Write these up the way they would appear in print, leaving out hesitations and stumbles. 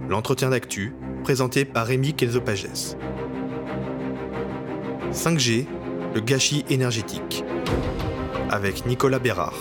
l'entretien d'actu, présenté par Rémi Kelso-Pagès. 5G, le gâchis énergétique, avec Nicolas Bérard.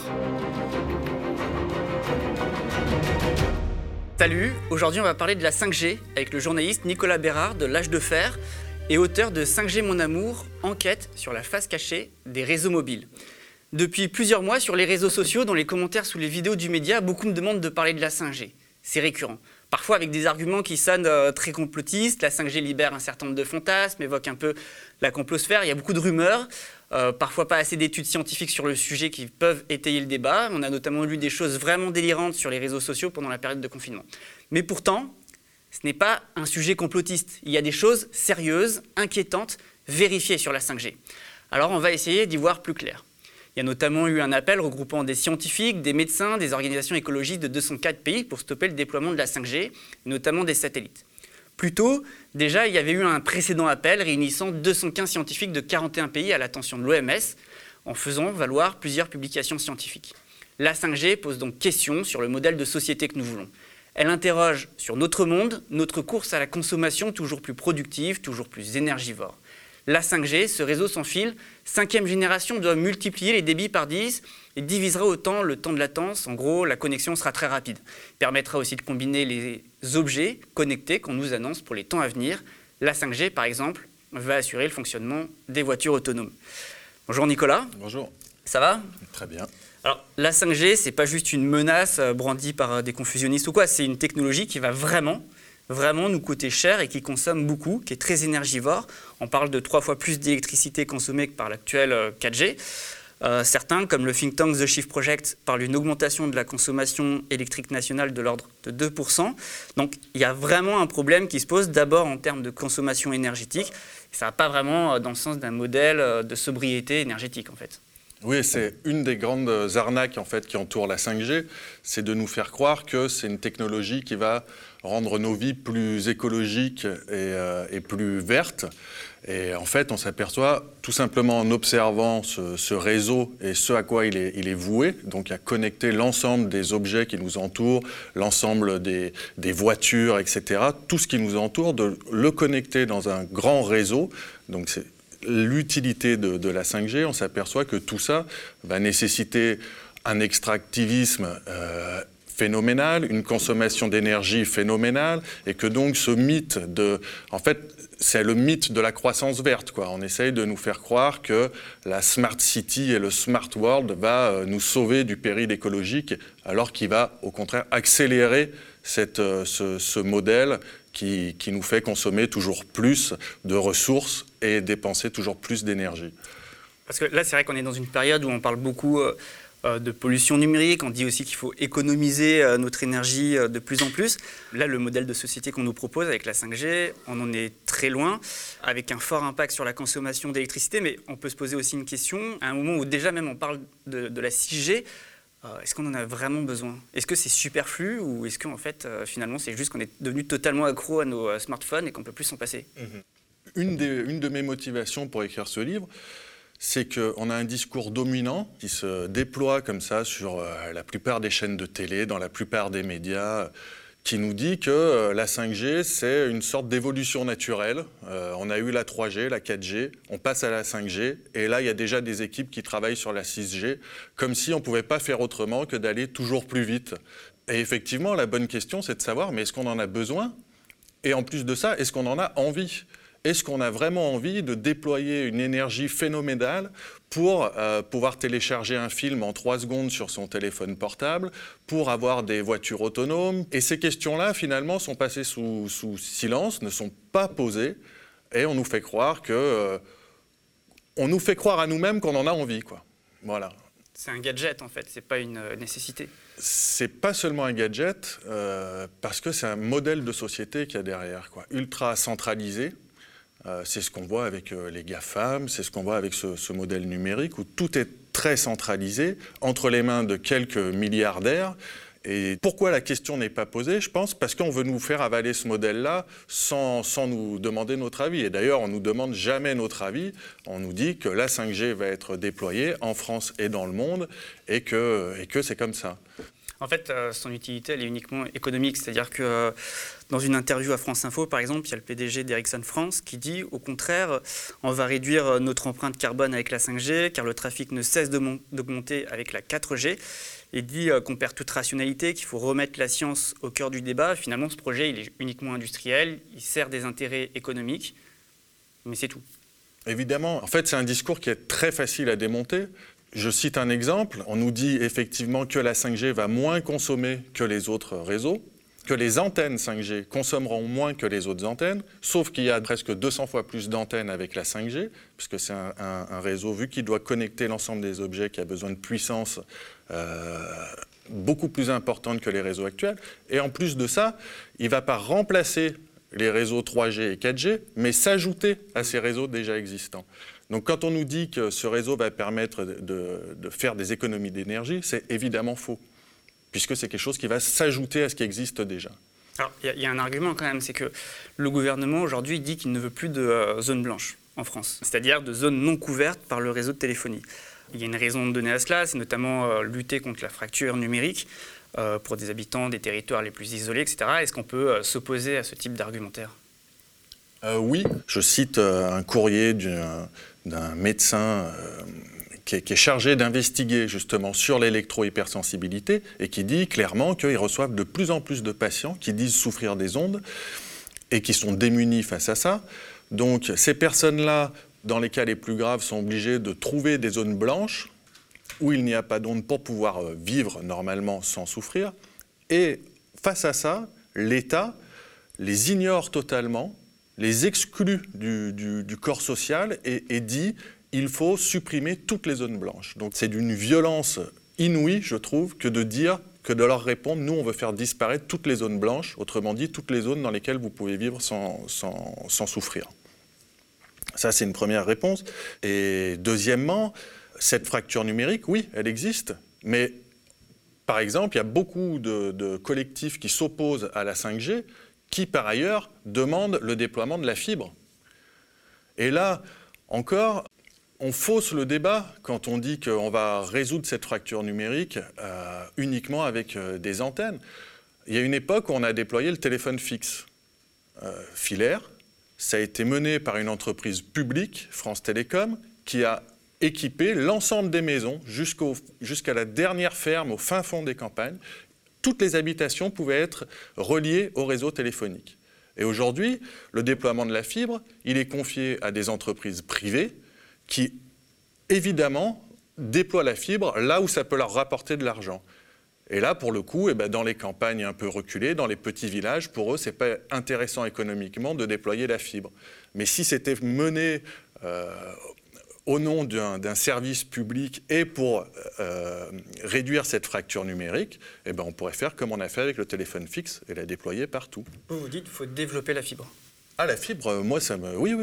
Salut, aujourd'hui on va parler de la 5G avec le journaliste Nicolas Bérard de L'Âge de Fer et auteur de 5G Mon Amour, enquête sur la face cachée des réseaux mobiles. Depuis plusieurs mois, sur les réseaux sociaux, dans les commentaires sous les vidéos du média, beaucoup me demandent de parler de la 5G. C'est récurrent. Parfois avec des arguments qui sonnent très complotistes. La 5G libère un certain nombre de fantasmes, évoque un peu la complosphère. Il y a beaucoup de rumeurs, parfois pas assez d'études scientifiques sur le sujet qui peuvent étayer le débat. On a notamment lu des choses vraiment délirantes sur les réseaux sociaux pendant la période de confinement. Mais pourtant, ce n'est pas un sujet complotiste. Il y a des choses sérieuses, inquiétantes, vérifiées sur la 5G. Alors on va essayer d'y voir plus clair. Il y a notamment eu un appel regroupant des scientifiques, des médecins, des organisations écologistes de 204 pays pour stopper le déploiement de la 5G, notamment des satellites. Plus tôt, déjà, il y avait eu un précédent appel réunissant 215 scientifiques de 41 pays à l'attention de l'OMS, en faisant valoir plusieurs publications scientifiques. La 5G pose donc question sur le modèle de société que nous voulons. Elle interroge sur notre monde, notre course à la consommation toujours plus productive, toujours plus énergivore. La 5G, ce réseau sans fil, 5e génération, doit multiplier les débits par 10 et divisera autant le temps de latence. En gros, la connexion sera très rapide. Il permettra aussi de combiner les objets connectés qu'on nous annonce pour les temps à venir. La 5G, par exemple, va assurer le fonctionnement des voitures autonomes. Bonjour Nicolas. Bonjour. Ça va ? Très bien. Alors, la 5G, ce n'est pas juste une menace brandie par des confusionnistes ou quoi. C'est une technologie qui va vraiment nous coûter cher et qui consomme beaucoup, qui est très énergivore. On parle de 3 fois plus d'électricité consommée que par l'actuel 4G. Certains, comme le think tank The Shift Project, parlent d'une augmentation de la consommation électrique nationale de l'ordre de 2%. Donc il y a vraiment un problème qui se pose d'abord en termes de consommation énergétique. Ça ne va pas vraiment dans le sens d'un modèle de sobriété énergétique en fait. Oui, c'est une des grandes arnaques en fait, qui entourent la 5G, c'est de nous faire croire que c'est une technologie qui va rendre nos vies plus écologiques et plus vertes. Et en fait, on s'aperçoit tout simplement en observant ce réseau et ce à quoi il est voué, donc à connecter l'ensemble des objets qui nous entourent, l'ensemble des voitures, etc., tout ce qui nous entoure, de le connecter dans un grand réseau. Donc c'est l'utilité de la 5G, on s'aperçoit que tout ça va nécessiter un extractivisme phénoménal, une consommation d'énergie phénoménale, et que donc ce mythe en fait, c'est le mythe de la croissance verte, quoi. On essaye de nous faire croire que la smart city et le smart world va nous sauver du péril écologique, alors qu'il va au contraire accélérer ce modèle qui nous fait consommer toujours plus de ressources et dépenser toujours plus d'énergie. Parce que là, c'est vrai qu'on est dans une période où on parle beaucoup de pollution numérique, on dit aussi qu'il faut économiser notre énergie de plus en plus. Là, le modèle de société qu'on nous propose avec la 5G, on en est très loin, avec un fort impact sur la consommation d'électricité, mais on peut se poser aussi une question, à un moment où déjà même on parle de la 6G, est-ce qu'on en a vraiment besoin ? Est-ce que c'est superflu ou est-ce qu'en fait, finalement, c'est juste qu'on est devenu totalement accro à nos smartphones et qu'on ne peut plus s'en passer ? Une de mes motivations pour écrire ce livre, c'est qu'on a un discours dominant qui se déploie comme ça sur la plupart des chaînes de télé, dans la plupart des médias, qui nous dit que la 5G, c'est une sorte d'évolution naturelle. On a eu la 3G, la 4G, on passe à la 5G, et là, il y a déjà des équipes qui travaillent sur la 6G, comme si on ne pouvait pas faire autrement que d'aller toujours plus vite. Et effectivement, la bonne question, c'est de savoir, mais est-ce qu'on en a besoin ? Et en plus de ça, est-ce qu'on en a envie ? Est-ce qu'on a vraiment envie de déployer une énergie phénoménale pour pouvoir télécharger un film en 3 secondes sur son téléphone portable, pour avoir des voitures autonomes ? Et ces questions-là, finalement, sont passées sous silence, ne sont pas posées, et on nous fait croire on nous fait croire à nous-mêmes qu'on en a envie, quoi. Voilà. C'est un gadget, en fait, c'est pas une nécessité. C'est pas seulement un gadget, parce que c'est un modèle de société qu'il y a derrière, quoi. Ultra centralisé. C'est ce qu'on voit avec les GAFAM, c'est ce qu'on voit avec ce modèle numérique où tout est très centralisé entre les mains de quelques milliardaires. Et pourquoi la question n'est pas posée ? Je pense parce qu'on veut nous faire avaler ce modèle-là sans nous demander notre avis. Et d'ailleurs, on ne nous demande jamais notre avis. On nous dit que la 5G va être déployée en France et dans le monde et que c'est comme ça. En fait, son utilité, elle est uniquement économique. C'est-à-dire que dans une interview à France Info, par exemple, il y a le PDG d'Ericsson France qui dit, au contraire, on va réduire notre empreinte carbone avec la 5G, car le trafic ne cesse d'augmenter avec la 4G. Il dit qu'on perd toute rationalité, qu'il faut remettre la science au cœur du débat. Finalement, ce projet, il est uniquement industriel, il sert des intérêts économiques, mais c'est tout. Évidemment. En fait, c'est un discours qui est très facile à démonter. Je cite un exemple. On nous dit effectivement que la 5G va moins consommer que les autres réseaux, que les antennes 5G consommeront moins que les autres antennes, sauf qu'il y a presque 200 fois plus d'antennes avec la 5G, puisque c'est un réseau, vu qu'il doit connecter l'ensemble des objets, qui a besoin de puissance beaucoup plus importante que les réseaux actuels. Et en plus de ça, il ne va pas remplacer les réseaux 3G et 4G, mais s'ajouter à ces réseaux déjà existants. Donc quand on nous dit que ce réseau va permettre de faire des économies d'énergie, c'est évidemment faux, puisque c'est quelque chose qui va s'ajouter à ce qui existe déjà. Alors, il y a un argument quand même, c'est que le gouvernement aujourd'hui dit qu'il ne veut plus de zones blanches en France, c'est-à-dire de zones non couvertes par le réseau de téléphonie. Il y a une raison de donner à cela, c'est notamment lutter contre la fracture numérique pour des habitants des territoires les plus isolés, etc. Est-ce qu'on peut s'opposer à ce type d'argumentaire ? Oui, je cite un courrier d'un médecin qui est chargé d'investiguer justement sur l'électro-hypersensibilité et qui dit clairement qu'ils reçoivent de plus en plus de patients qui disent souffrir des ondes et qui sont démunis face à ça. Donc ces personnes-là, dans les cas les plus graves, sont obligées de trouver des zones blanches où il n'y a pas d'ondes pour pouvoir vivre normalement sans souffrir. Et face à ça, l'État les ignore totalement, les exclut du corps social et dit il faut supprimer toutes les zones blanches. Donc c'est d'une violence inouïe, je trouve, que de leur répondre nous on veut faire disparaître toutes les zones blanches, autrement dit toutes les zones dans lesquelles vous pouvez vivre sans souffrir. Ça c'est une première réponse. Et deuxièmement, cette fracture numérique, oui, elle existe, mais par exemple, il y a beaucoup de collectifs qui s'opposent à la 5G qui, par ailleurs, demandent le déploiement de la fibre. Et là, encore, on fausse le débat quand on dit qu'on va résoudre cette fracture numérique uniquement avec des antennes. Il y a une époque où on a déployé le téléphone fixe filaire. Ça a été mené par une entreprise publique, France Télécom, qui a équipé l'ensemble des maisons jusqu'à la dernière ferme au fin fond des campagnes. Toutes les habitations pouvaient être reliées au réseau téléphonique. Et aujourd'hui, le déploiement de la fibre, il est confié à des entreprises privées qui, évidemment, déploient la fibre là où ça peut leur rapporter de l'argent. Et là, pour le coup, dans les campagnes un peu reculées, dans les petits villages, pour eux, ce n'est pas intéressant économiquement de déployer la fibre. Mais si c'était mené au nom d'un service public et pour réduire cette fracture numérique, on pourrait faire comme on a fait avec le téléphone fixe et la déployer partout. Vous dites qu'il faut développer la fibre. Ah, la fibre, moi, ça me... Oui.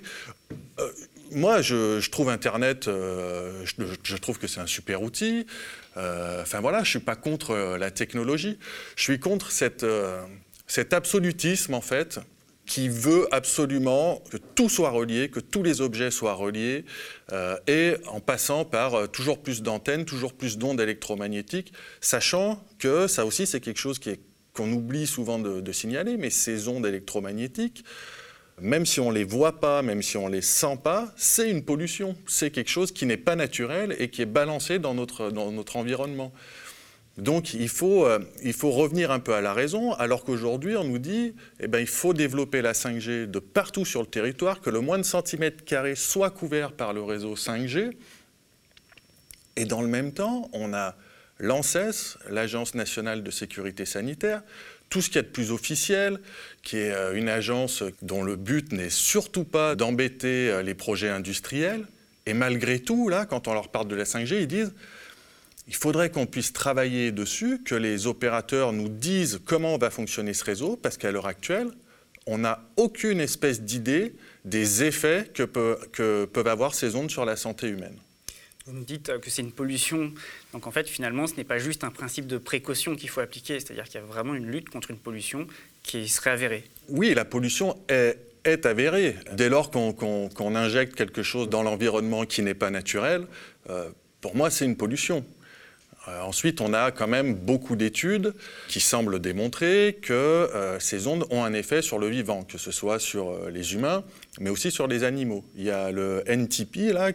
Moi, je trouve Internet, je trouve que c'est un super outil. Je ne suis pas contre la technologie. Je suis contre cet absolutisme, en fait, qui veut absolument que tout soit relié, que tous les objets soient reliés, et en passant par toujours plus d'antennes, toujours plus d'ondes électromagnétiques, sachant que ça aussi, c'est quelque chose qu'on oublie souvent de signaler, mais ces ondes électromagnétiques, même si on ne les voit pas, même si on ne les sent pas, c'est une pollution. C'est quelque chose qui n'est pas naturel et qui est balancé dans notre environnement. Donc il faut revenir un peu à la raison, alors qu'aujourd'hui on nous dit il faut développer la 5G de partout sur le territoire, que le moins de centimètres carrés soit couvert par le réseau 5G. Et dans le même temps, on a l'ANSES, l'Agence nationale de sécurité sanitaire, tout ce qu'il y a de plus officiel, qui est une agence dont le but n'est surtout pas d'embêter les projets industriels. Et malgré tout, là, quand on leur parle de la 5G, ils disent il faudrait qu'on puisse travailler dessus, que les opérateurs nous disent comment va fonctionner ce réseau, parce qu'à l'heure actuelle, on n'a aucune espèce d'idée des effets que peuvent avoir ces ondes sur la santé humaine. Vous me dites que c'est une pollution. Donc en fait, finalement, ce n'est pas juste un principe de précaution qu'il faut appliquer. C'est-à-dire qu'il y a vraiment une lutte contre une pollution qui serait avérée. Oui, la pollution est avérée. Dès lors qu'on injecte quelque chose dans l'environnement qui n'est pas naturel, pour moi, c'est une pollution. Ensuite, on a quand même beaucoup d'études qui semblent démontrer que ces ondes ont un effet sur le vivant, que ce soit sur les humains, mais aussi sur les animaux. Il y a le NTP, là,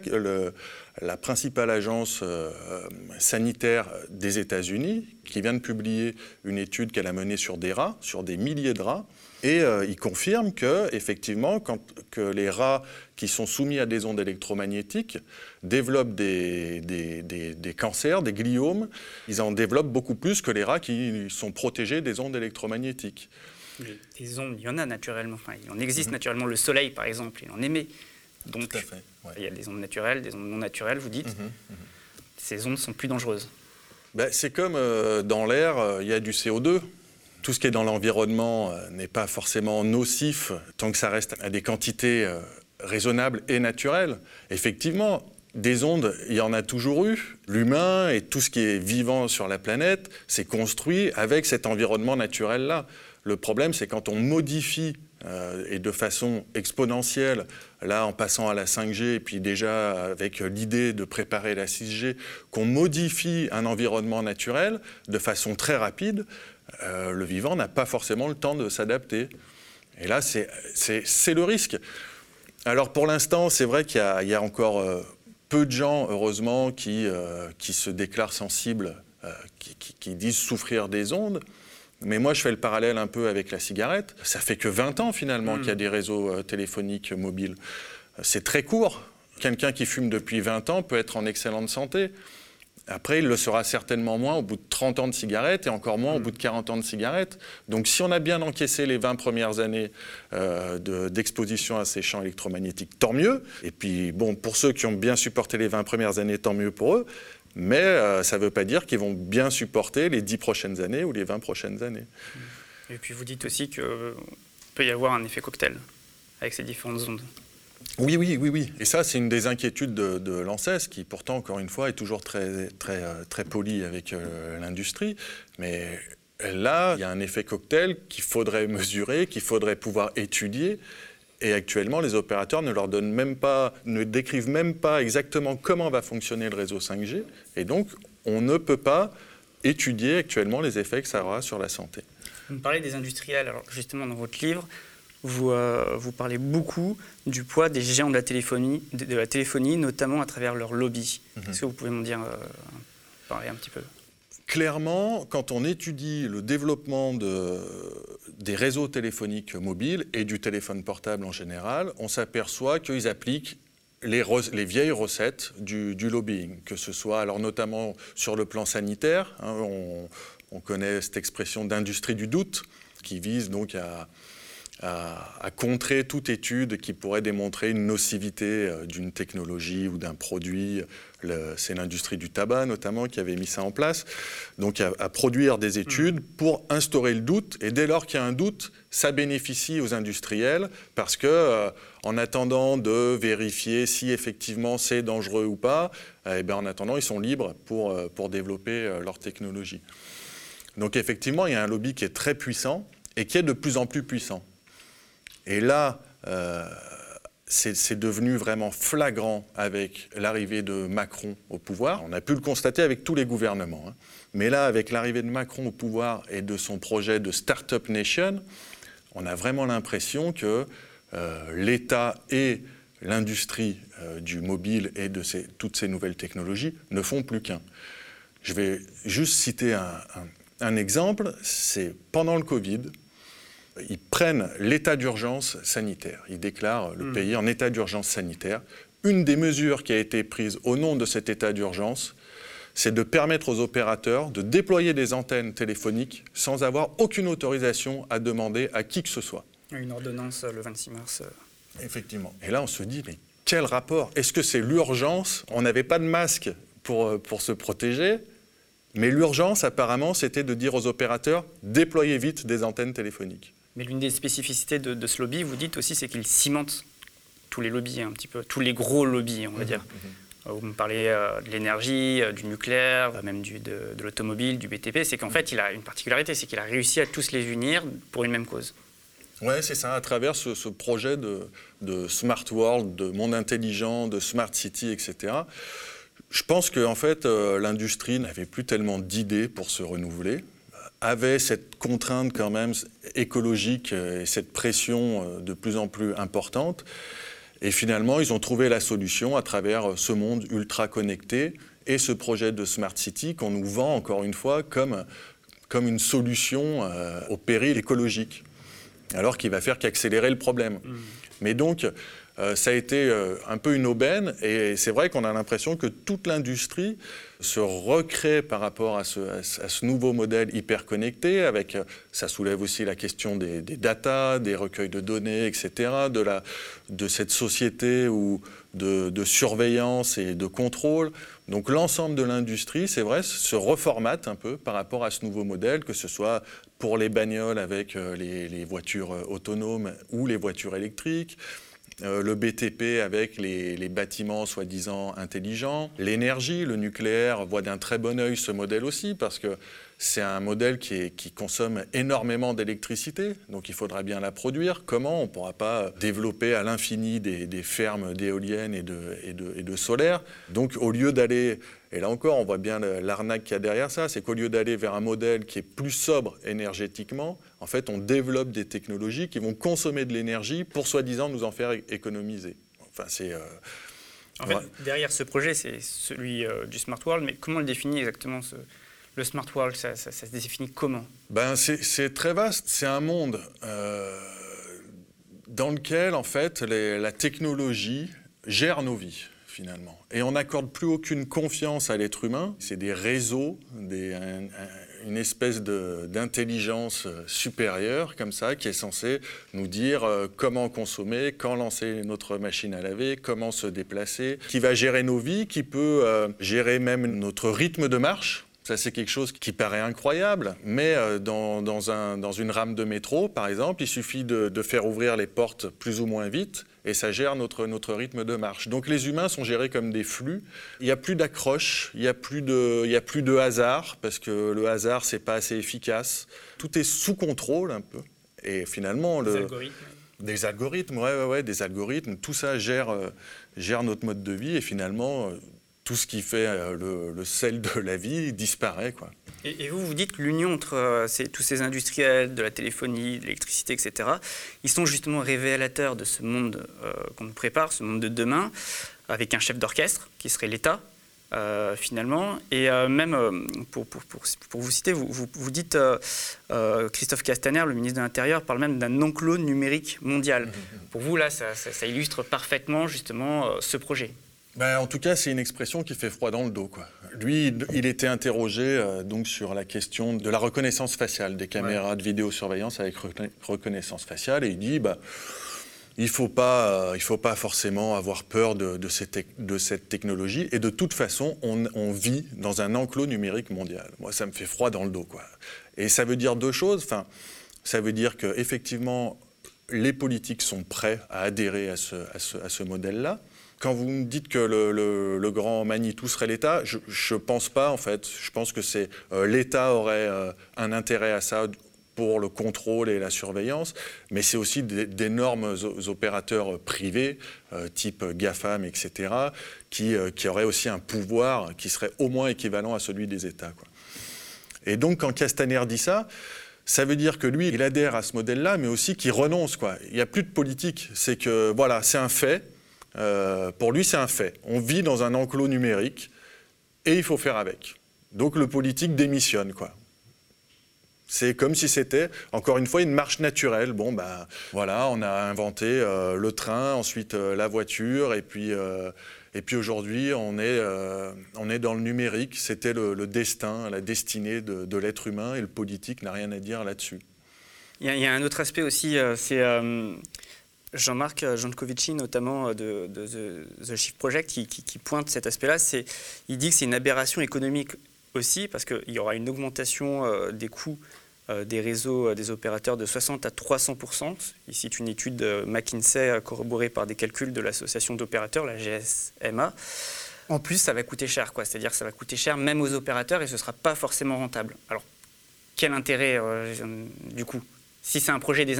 la principale agence sanitaire des États-Unis, qui vient de publier une étude qu'elle a menée sur des rats, sur des milliers de rats, et il confirme que, effectivement, que les rats qui sont soumis à des ondes électromagnétiques développent des cancers, des gliomes. Ils en développent beaucoup plus que les rats qui sont protégés des ondes électromagnétiques. Des ondes, il y en a naturellement. Enfin, il en existe naturellement. Le soleil, par exemple, il en émet. Donc, tout à fait. Ouais. Il y a des ondes naturelles, des ondes non naturelles, vous dites. Ces ondes sont plus dangereuses. C'est comme dans l'air, il y a du CO2. Tout ce qui est dans l'environnement n'est pas forcément nocif tant que ça reste à des quantités raisonnables et naturelles. Effectivement, des ondes, il y en a toujours eu. L'humain et tout ce qui est vivant sur la planète s'est construit avec cet environnement naturel-là. Le problème, c'est quand on modifie et de façon exponentielle, là en passant à la 5G et puis déjà avec l'idée de préparer la 6G, qu'on modifie un environnement naturel de façon très rapide, le vivant n'a pas forcément le temps de s'adapter. Et là, c'est le risque. Alors pour l'instant, c'est vrai qu'il y a encore peu de gens, heureusement, qui se déclarent sensibles, qui disent souffrir des ondes. Mais moi, je fais le parallèle un peu avec la cigarette. Ça fait que 20 ans, finalement, qu'il y a des réseaux téléphoniques mobiles. C'est très court. Quelqu'un qui fume depuis 20 ans peut être en excellente santé. Après, il le sera certainement moins au bout de 30 ans de cigarette et encore moins au bout de 40 ans de cigarette. Donc, si on a bien encaissé les 20 premières années d'exposition à ces champs électromagnétiques, tant mieux. Et puis, bon, pour ceux qui ont bien supporté les 20 premières années, tant mieux pour eux. Mais ça ne veut pas dire qu'ils vont bien supporter les 10 prochaines années ou les 20 prochaines années. Et puis vous dites aussi qu'il peut y avoir un effet cocktail avec ces différentes ondes. Oui. Et ça, c'est une des inquiétudes de l'ANSES, qui pourtant, encore une fois, est toujours très poli avec l'industrie. Mais là, il y a un effet cocktail qu'il faudrait mesurer, qu'il faudrait pouvoir étudier. Et actuellement, les opérateurs ne décrivent même pas exactement comment va fonctionner le réseau 5G. Et donc, on ne peut pas étudier actuellement les effets que ça aura sur la santé. Vous me parlez des industriels. Alors, justement, dans votre livre, vous parlez beaucoup du poids des géants de la téléphonie, notamment à travers leur lobby. Est-ce que vous pouvez m'en parler un petit peu ? Clairement, quand on étudie le développement des réseaux téléphoniques mobiles et du téléphone portable en général, on s'aperçoit qu'ils appliquent les vieilles recettes du lobbying, que ce soit alors notamment sur le plan sanitaire. On connaît cette expression d'industrie du doute qui vise donc à contrer toute étude qui pourrait démontrer une nocivité d'une technologie ou d'un produit. C'est l'industrie du tabac notamment qui avait mis ça en place. Donc à produire des études pour instaurer le doute. Et dès lors qu'il y a un doute, ça bénéficie aux industriels parce que en attendant de vérifier si effectivement c'est dangereux ou pas, en attendant ils sont libres pour développer leur technologie. Donc effectivement, il y a un lobby qui est très puissant et qui est de plus en plus puissant. Et là, c'est devenu vraiment flagrant avec l'arrivée de Macron au pouvoir. On a pu le constater avec tous les gouvernements. Mais là, avec l'arrivée de Macron au pouvoir et de son projet de Startup Nation, on a vraiment l'impression que l'État et l'industrie du mobile et de toutes ces nouvelles technologies ne font plus qu'un. Je vais juste citer un exemple. C'est pendant le Covid, ils prennent l'état d'urgence sanitaire. Ils déclarent le pays en état d'urgence sanitaire. Une des mesures qui a été prise au nom de cet état d'urgence, c'est de permettre aux opérateurs de déployer des antennes téléphoniques sans avoir aucune autorisation à demander à qui que ce soit. Une ordonnance le 26 mars. Effectivement. Et là, on se dit, mais quel rapport ? Est-ce que c'est l'urgence ? On n'avait pas de masque pour se protéger, mais l'urgence, apparemment, c'était de dire aux opérateurs, déployez vite des antennes téléphoniques. Mais l'une des spécificités de ce lobby, vous dites aussi, c'est qu'il cimente tous les lobbies, un petit peu, tous les gros lobbies, on va dire. Vous me parlez de l'énergie, du nucléaire, même de l'automobile, du BTP. C'est qu'en fait, il a une particularité, c'est qu'il a réussi à tous les unir pour une même cause. Oui, c'est ça, à travers ce projet de Smart World, de monde intelligent, de Smart City, etc. Je pense qu'en fait, l'industrie n'avait plus tellement d'idées pour se renouveler, avait cette contrainte quand même écologique et cette pression de plus en plus importante. Et finalement, ils ont trouvé la solution à travers ce monde ultra connecté et ce projet de Smart City qu'on nous vend encore une fois comme une solution au péril écologique, alors qu'il va faire qu'accélérer le problème. Mais donc, ça a été un peu une aubaine, et c'est vrai qu'on a l'impression que toute l'industrie se recrée par rapport à ce nouveau modèle hyper connecté, ça soulève aussi la question des data, des recueils de données, etc., de cette société de surveillance et de contrôle. Donc l'ensemble de l'industrie, c'est vrai, se reformate un peu par rapport à ce nouveau modèle, que ce soit pour les bagnoles avec les voitures autonomes ou les voitures électriques, le BTP avec les bâtiments soi-disant intelligents, l'énergie, le nucléaire voit d'un très bon œil ce modèle aussi, parce que c'est un modèle qui consomme énormément d'électricité, donc il faudra bien la produire. Comment ? On ne pourra pas développer à l'infini des fermes d'éoliennes et de solaire. Donc au lieu d'aller, et là encore on voit bien l'arnaque qu'il y a derrière ça, c'est qu'au lieu d'aller vers un modèle qui est plus sobre énergétiquement, en fait on développe des technologies qui vont consommer de l'énergie pour soi-disant nous en faire économiser. Enfin c'est... En fait, derrière ce projet, c'est celui du Smart World, mais comment on le définit exactement le Smart World, ça se définit comment ? C'est très vaste. C'est un monde dans lequel, en fait, la technologie gère nos vies, finalement. Et on n'accorde plus aucune confiance à l'être humain. C'est des réseaux, une espèce d'intelligence supérieure, comme ça, qui est censée nous dire comment consommer, quand lancer notre machine à laver, comment se déplacer, qui va gérer nos vies, qui peut gérer même notre rythme de marche. Ça, c'est quelque chose qui paraît incroyable, mais dans une rame de métro, par exemple, il suffit de faire ouvrir les portes plus ou moins vite et ça gère notre rythme de marche. Donc les humains sont gérés comme des flux. Il n'y a plus d'accroche, il n'y a plus de hasard, parce que le hasard, c'est pas assez efficace. Tout est sous contrôle un peu. Et finalement... Des algorithmes, des algorithmes. Tout ça gère notre mode de vie et finalement... tout ce qui fait le sel de la vie disparaît, quoi. Et vous dites que l'union entre tous ces industriels, de la téléphonie, de l'électricité, etc., ils sont justement révélateurs de ce monde qu'on nous prépare, ce monde de demain, avec un chef d'orchestre qui serait l'État, finalement. Et même, pour vous citer, vous dites, Christophe Castaner, le ministre de l'Intérieur, parle même d'un enclos numérique mondial. Pour vous, là, ça illustre parfaitement, justement, ce projet. En tout cas, c'est une expression qui fait froid dans le dos, quoi. Lui, il était interrogé donc sur la question de la reconnaissance faciale, des caméras de vidéosurveillance avec reconnaissance faciale, et il dit il faut pas forcément avoir peur de cette technologie, et de toute façon, on vit dans un enclos numérique mondial. Moi, ça me fait froid dans le dos, quoi. Et ça veut dire deux choses. Enfin, ça veut dire que effectivement, les politiques sont prêts à adhérer à ce modèle-là. Quand vous me dites que le grand Manitou serait l'État, je ne pense pas, en fait. Je pense que l'État aurait un intérêt à ça pour le contrôle et la surveillance, mais c'est aussi d'énormes opérateurs privés, type GAFAM, etc., qui auraient aussi un pouvoir qui serait au moins équivalent à celui des États, quoi. Et donc, quand Castaner dit ça, ça veut dire que lui, il adhère à ce modèle-là, mais aussi qu'il renonce, quoi. Il n'y a plus de politique. C'est que, voilà, c'est un fait. Pour lui, c'est un fait. On vit dans un enclos numérique et il faut faire avec. Donc le politique démissionne, quoi. C'est comme si c'était, encore une fois, une marche naturelle. Voilà, on a inventé le train, ensuite la voiture, et puis aujourd'hui, on est dans le numérique. C'était le destin, la destinée de l'être humain, et le politique n'a rien à dire là-dessus. Il y a un autre aspect aussi, c'est... Jean-Marc Jancovici, notamment de The Shift Project, qui pointe cet aspect-là. Il dit que c'est une aberration économique aussi, parce qu'il y aura une augmentation des coûts des réseaux des opérateurs de 60 à 300%. Il cite une étude de McKinsey corroborée par des calculs de l'association d'opérateurs, la GSMA. En plus, ça va coûter cher, quoi. C'est-à-dire que ça va coûter cher même aux opérateurs et ce ne sera pas forcément rentable. Alors, quel intérêt, du coup, si c'est un projet des industriels ?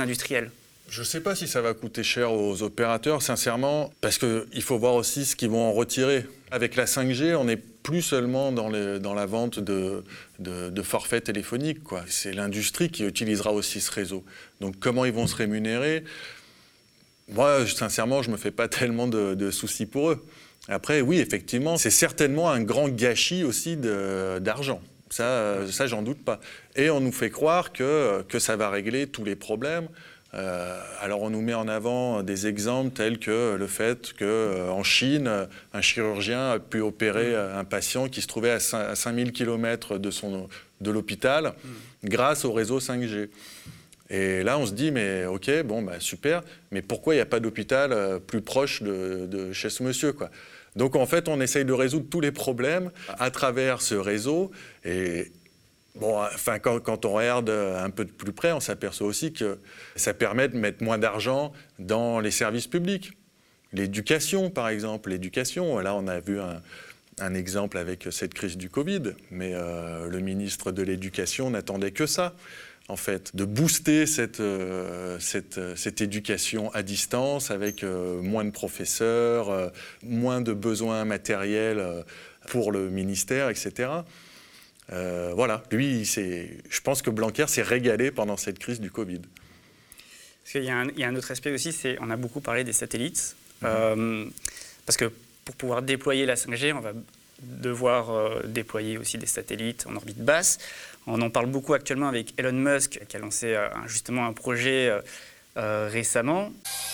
Je ne sais pas si ça va coûter cher aux opérateurs, sincèrement, parce qu'il faut voir aussi ce qu'ils vont en retirer. Avec la 5G, on n'est plus seulement dans la vente de forfaits téléphoniques, quoi. C'est l'industrie qui utilisera aussi ce réseau. Donc comment ils vont se rémunérer ? Moi, sincèrement, je ne me fais pas tellement de soucis pour eux. Après, oui, effectivement, c'est certainement un grand gâchis aussi d'argent. Ça, j'en doute pas. Et on nous fait croire que ça va régler tous les problèmes. Alors on nous met en avant des exemples tels que le fait qu'en Chine, un chirurgien a pu opérer un patient qui se trouvait à 5000 km de l'hôpital grâce au réseau 5G. Et là on se dit, mais ok, bon, bah, super, mais pourquoi il n'y a pas d'hôpital plus proche de chez ce monsieur, quoi ? Donc en fait on essaye de résoudre tous les problèmes à travers ce réseau. Et bon, enfin, quand on regarde un peu de plus près, on s'aperçoit aussi que ça permet de mettre moins d'argent dans les services publics. L'éducation, par exemple. L'éducation, là, on a vu un exemple avec cette crise du Covid, mais le ministre de l'Éducation n'attendait que ça, en fait, de booster cette éducation à distance avec moins de professeurs, moins de besoins matériels pour le ministère, etc. Voilà, lui, je pense que Blanquer s'est régalé pendant cette crise du Covid. Parce qu'il y a un autre aspect aussi, on a beaucoup parlé des satellites, parce que pour pouvoir déployer la 5G, on va devoir déployer aussi des satellites en orbite basse. On en parle beaucoup actuellement avec Elon Musk, qui a lancé justement un projet récemment.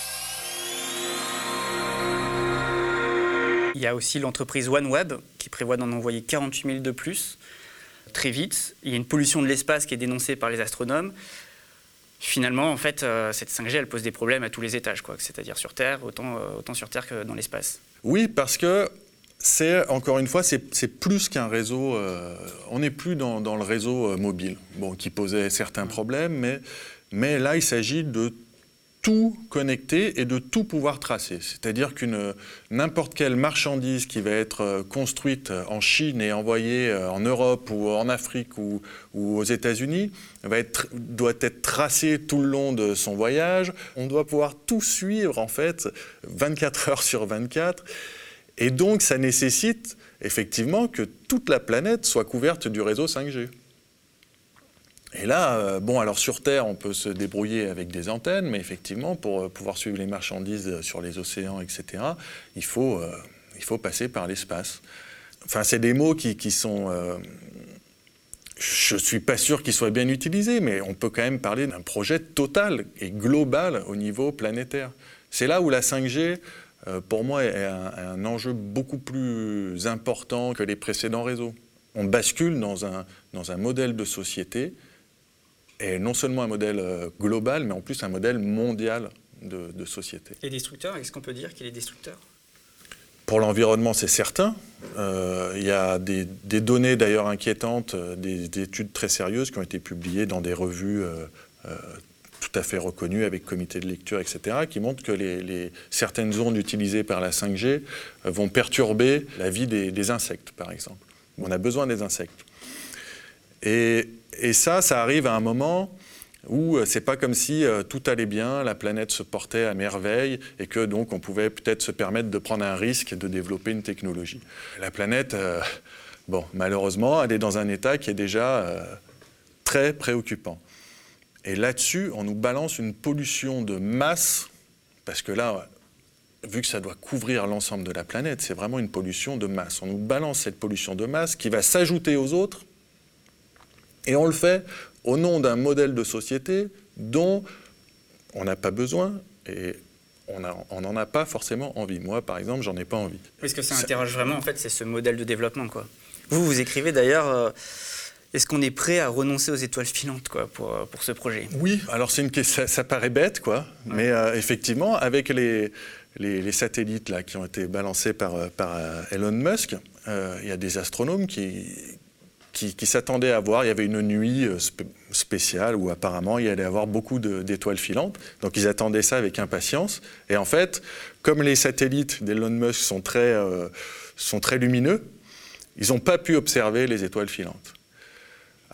Il y a aussi l'entreprise OneWeb, qui prévoit d'en envoyer 48 000 de plus. Très vite. Il y a une pollution de l'espace qui est dénoncée par les astronomes. Finalement, en fait, cette 5G, elle pose des problèmes à tous les étages, quoi. C'est-à-dire sur Terre, autant sur Terre que dans l'espace. Oui, parce que encore une fois, c'est plus qu'un réseau. On n'est plus dans le réseau mobile, qui posait certains problèmes, mais là, il s'agit de tout connecter et de tout pouvoir tracer. C'est-à-dire n'importe quelle marchandise qui va être construite en Chine et envoyée en Europe ou en Afrique ou aux États-Unis doit être tracée tout le long de son voyage. On doit pouvoir tout suivre, en fait, 24 heures sur 24. Et donc, ça nécessite effectivement que toute la planète soit couverte du réseau 5G. Et là, alors sur Terre, on peut se débrouiller avec des antennes, mais effectivement, pour pouvoir suivre les marchandises sur les océans, etc., il faut passer par l'espace. Enfin, c'est des mots qui sont... je ne suis pas sûr qu'ils soient bien utilisés, mais on peut quand même parler d'un projet total et global au niveau planétaire. C'est là où la 5G, pour moi, est un enjeu beaucoup plus important que les précédents réseaux. On bascule dans un modèle de société, et non seulement un modèle global, mais en plus un modèle mondial de société. Et destructeur, est-ce qu'on peut dire qu'il est destructeur ? Pour l'environnement, c'est certain. Il y a des données d'ailleurs inquiétantes, des études très sérieuses qui ont été publiées dans des revues tout à fait reconnues avec comité de lecture, etc., qui montrent que certaines ondes utilisées par la 5G vont perturber la vie des insectes, par exemple. On a besoin des insectes. Et ça arrive à un moment où c'est pas comme si tout allait bien, la planète se portait à merveille et que donc on pouvait peut-être se permettre de prendre un risque de développer une technologie. La planète, malheureusement, elle est dans un état qui est déjà très préoccupant. Et là-dessus, on nous balance une pollution de masse, parce que là, vu que ça doit couvrir l'ensemble de la planète, c'est vraiment une pollution de masse. On nous balance cette pollution de masse qui va s'ajouter aux autres. Et on le fait au nom d'un modèle de société dont on n'a pas besoin et on n'en a pas forcément envie. Moi, par exemple, j'en ai pas envie. Est-ce que ça interroge vraiment, en fait, c'est ce modèle de développement, quoi. Vous écrivez d'ailleurs, est-ce qu'on est prêt à renoncer aux étoiles filantes, quoi, pour ce projet ? Oui, alors ça paraît bête, quoi, mais effectivement, avec les satellites là, qui ont été balancés par Elon Musk, il y a des astronomes qui s'attendaient à voir. Il y avait une nuit spéciale où apparemment il y allait avoir beaucoup d'étoiles filantes. Donc ils attendaient ça avec impatience. Et en fait, comme les satellites d'Elon Musk sont très lumineux, ils n'ont pas pu observer les étoiles filantes.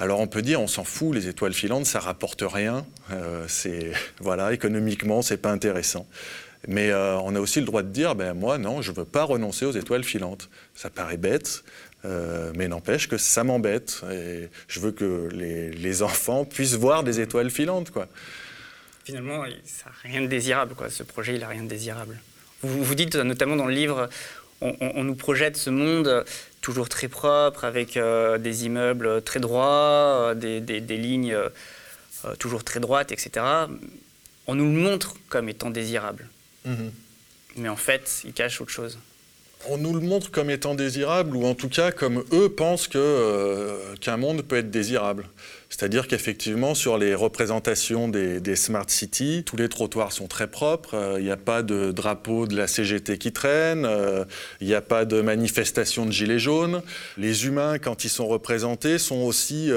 Alors on peut dire, on s'en fout, les étoiles filantes, ça rapporte rien. Voilà, économiquement, c'est pas intéressant. Mais on a aussi le droit de dire, moi non, je veux pas renoncer aux étoiles filantes. Ça paraît bête, mais n'empêche que ça m'embête. Et je veux que les enfants puissent voir des étoiles filantes, quoi. Finalement, ça n'a rien de désirable, quoi. Ce projet, il n'a rien de désirable. Vous dites, notamment dans le livre, on nous projette ce monde toujours très propre, avec des immeubles très droits, des lignes toujours très droites, etc. On nous le montre comme étant désirable. Mais en fait, il cache autre chose. On nous le montre comme étant désirable, ou en tout cas comme eux pensent qu'un monde peut être désirable. C'est-à-dire qu'effectivement, sur les représentations des smart cities, tous les trottoirs sont très propres, il n'y a pas de drapeau de la CGT qui traîne, il n'y a pas de manifestation de gilets jaunes. Les humains, quand ils sont représentés, sont aussi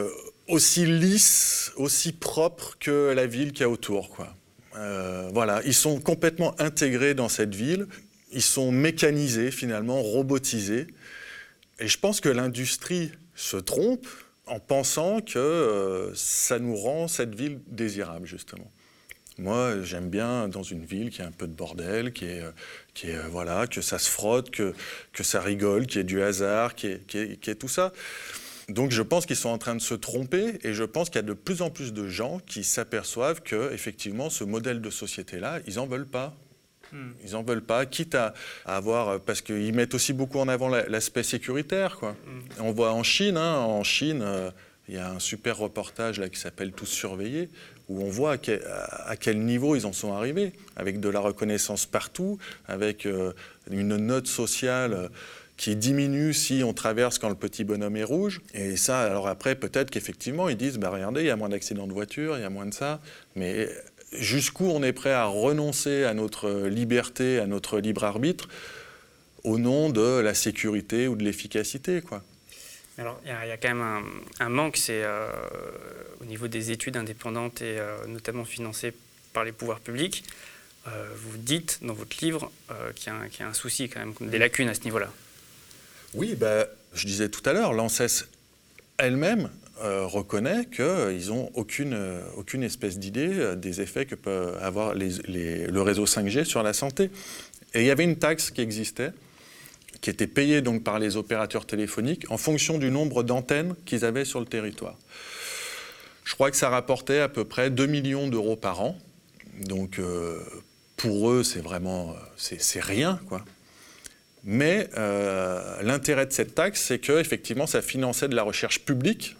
lisses, aussi propres que la ville qu'il y a autour, quoi. Voilà, ils sont complètement intégrés dans cette ville, ils sont mécanisés finalement, robotisés. Et je pense que l'industrie se trompe en pensant que ça nous rend cette ville désirable, justement. Moi, j'aime bien dans une ville qui a un peu de bordel, voilà, que ça se frotte, que ça rigole, qu'il y ait du hasard, qu'il y ait tout ça. Donc je pense qu'ils sont en train de se tromper, et je pense qu'il y a de plus en plus de gens qui s'aperçoivent qu'effectivement, ce modèle de société-là, ils n'en veulent pas. Ils n'en veulent pas, quitte à avoir... Parce qu'ils mettent aussi beaucoup en avant l'aspect sécuritaire, quoi. On voit en Chine, il y a un super reportage là, qui s'appelle « Tous surveillés », où on voit à quel niveau ils en sont arrivés, avec de la reconnaissance partout, avec une note sociale qui diminue si on traverse quand le petit bonhomme est rouge. Et ça, alors après, peut-être qu'effectivement, ils disent « regardez, il y a moins d'accidents de voiture, il y a moins de ça », mais... Jusqu'où on est prêt à renoncer à notre liberté, à notre libre arbitre, au nom de la sécurité ou de l'efficacité, quoi. Alors, il y a quand même un manque, c'est au niveau des études indépendantes et notamment financées par les pouvoirs publics. Vous dites dans votre livre qu'il y a un souci quand même, des lacunes à ce niveau-là. Oui, je disais tout à l'heure, l'ANSES elle-même reconnaît qu'ils n'ont aucune espèce d'idée des effets que peut avoir le réseau 5G sur la santé. Et il y avait une taxe qui existait, qui était payée donc par les opérateurs téléphoniques en fonction du nombre d'antennes qu'ils avaient sur le territoire. Je crois que ça rapportait à peu près 2 millions d'euros par an. Donc pour eux, c'est vraiment c'est rien, quoi. Mais l'intérêt de cette taxe, c'est qu'effectivement, ça finançait de la recherche publique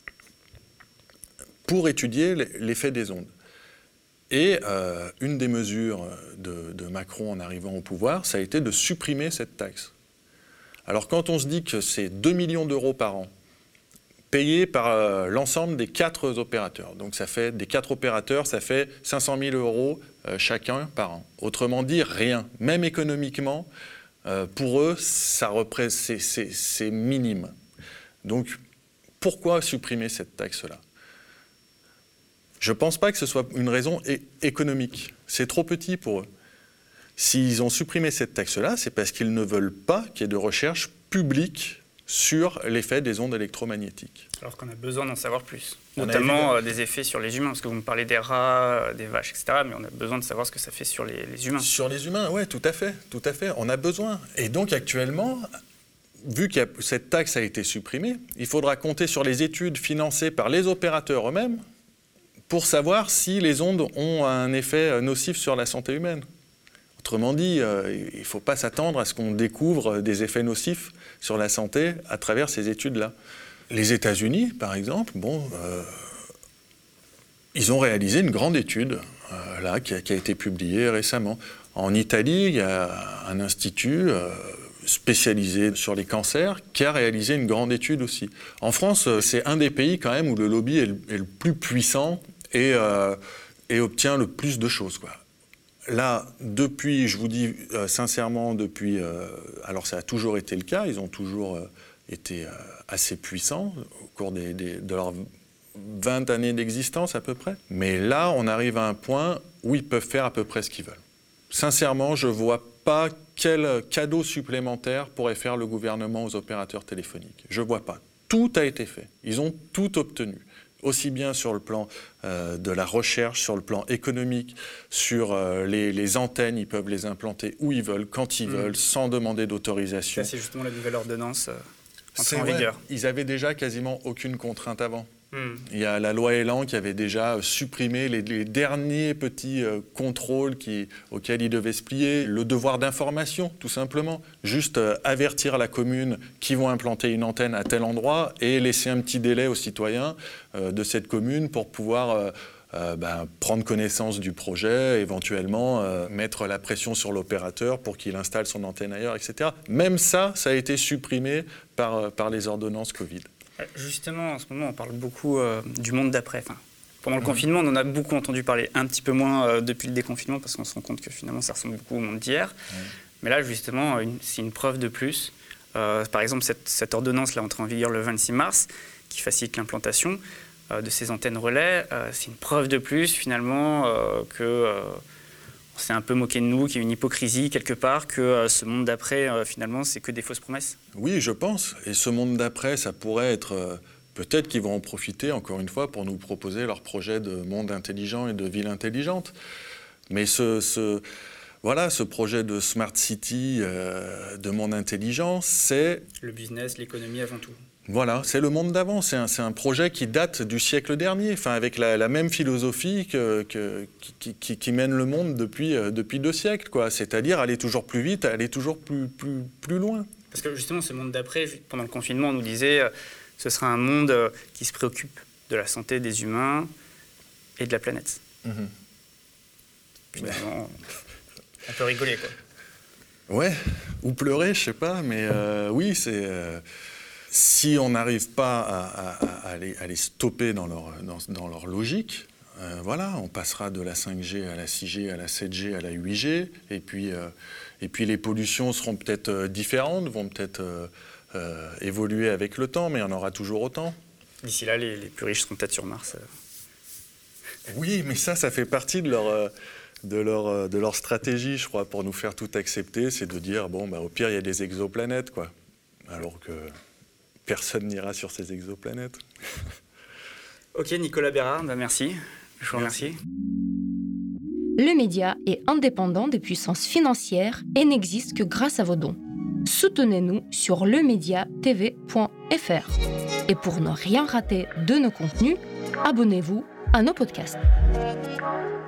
pour étudier l'effet des ondes. Et une des mesures de Macron en arrivant au pouvoir, ça a été de supprimer cette taxe. Alors quand on se dit que c'est 2 millions d'euros par an, payés par l'ensemble des 4 opérateurs, donc ça fait des 4 opérateurs, ça fait 500 000 euros chacun par an. Autrement dit, rien. Même économiquement, pour eux, c'est minime. Donc pourquoi supprimer cette taxe-là ? Je ne pense pas que ce soit une raison économique. C'est trop petit pour eux. S'ils ont supprimé cette taxe-là, c'est parce qu'ils ne veulent pas qu'il y ait de recherche publique sur l'effet des ondes électromagnétiques. Alors qu'on a besoin d'en savoir plus, notamment des effets sur les humains, parce que vous me parlez des rats, des vaches, etc., mais on a besoin de savoir ce que ça fait sur les humains. Sur les humains, oui, tout à fait, on a besoin. Et donc actuellement, vu que cette taxe a été supprimée, il faudra compter sur les études financées par les opérateurs eux-mêmes pour savoir si les ondes ont un effet nocif sur la santé humaine. Autrement dit, il ne faut pas s'attendre à ce qu'on découvre des effets nocifs sur la santé à travers ces études-là. Les États-Unis, par exemple, ils ont réalisé une grande étude qui a été publiée récemment. En Italie, il y a un institut spécialisé sur les cancers qui a réalisé une grande étude aussi. En France, c'est un des pays quand même où le lobby est le plus puissant et obtient le plus de choses, quoi. Là, depuis, je vous dis sincèrement, alors ça a toujours été le cas, ils ont toujours été assez puissants au cours de leurs 20 années d'existence à peu près. Mais là, on arrive à un point où ils peuvent faire à peu près ce qu'ils veulent. Sincèrement, je ne vois pas quel cadeau supplémentaire pourrait faire le gouvernement aux opérateurs téléphoniques. Je ne vois pas. tout a été fait. Ils ont tout obtenu. Aussi bien sur le plan de la recherche, sur le plan économique, sur les antennes, ils peuvent les implanter où ils veulent, quand ils veulent, sans demander d'autorisation. Ça, c'est justement la nouvelle ordonnance entrée en vigueur. Ils avaient déjà quasiment aucune contrainte avant. Il y a la loi Elan qui avait déjà supprimé les derniers petits contrôles auxquels ils devaient se plier. Le devoir d'information, tout simplement. Juste avertir la commune qu'ils vont implanter une antenne à tel endroit et laisser un petit délai aux citoyens de cette commune pour pouvoir prendre connaissance du projet, éventuellement mettre la pression sur l'opérateur pour qu'il installe son antenne ailleurs, etc. Même ça a été supprimé par les ordonnances Covid. Justement, en ce moment, on parle beaucoup du monde d'après. Enfin, pendant le confinement, on en a beaucoup entendu parler, un petit peu moins depuis le déconfinement, parce qu'on se rend compte que finalement, ça ressemble beaucoup au monde d'hier. Mais là, justement, c'est une preuve de plus. Par exemple, cette ordonnance, là, entrée en vigueur le 26 mars, qui facilite l'implantation de ces antennes relais, c'est une preuve de plus, finalement, que... on s'est un peu moqué de nous, qu'il y a une hypocrisie quelque part, que ce monde d'après, finalement, c'est que des fausses promesses. Oui, je pense. Et ce monde d'après, ça pourrait être... peut-être qu'ils vont en profiter, encore une fois, pour nous proposer leur projet de monde intelligent et de ville intelligente. Mais ce projet de Smart City, de monde intelligent, c'est... Le business, l'économie avant tout. Voilà, c'est le monde d'avant. C'est un projet qui date du siècle dernier, avec la même philosophie qui mène le monde depuis 2 siècles, quoi. C'est-à-dire aller toujours plus vite, aller toujours plus loin. Parce que justement, ce monde d'après, pendant le confinement, on nous disait ce sera un monde qui se préoccupe de la santé des humains et de la planète. Finalement, on peut rigoler, quoi. Ouais, ou pleurer, je sais pas, mais oui, c'est... Si on n'arrive pas à les stopper dans leur logique, on passera de la 5G à la 6G, à la 7G, à la 8G, et puis les pollutions seront peut-être différentes, vont peut-être évoluer avec le temps, mais il y en aura toujours autant. D'ici là, les plus riches seront peut-être sur Mars. Oui, mais ça fait partie de leur stratégie, je crois, pour nous faire tout accepter, c'est de dire, au pire, il y a des exoplanètes, quoi. Alors que... personne n'ira sur ces exoplanètes. Ok, Nicolas Bérard, merci. Je vous remercie. Le média est indépendant des puissances financières et n'existe que grâce à vos dons. Soutenez-nous sur lemediatv.fr. Et pour ne rien rater de nos contenus, abonnez-vous à nos podcasts.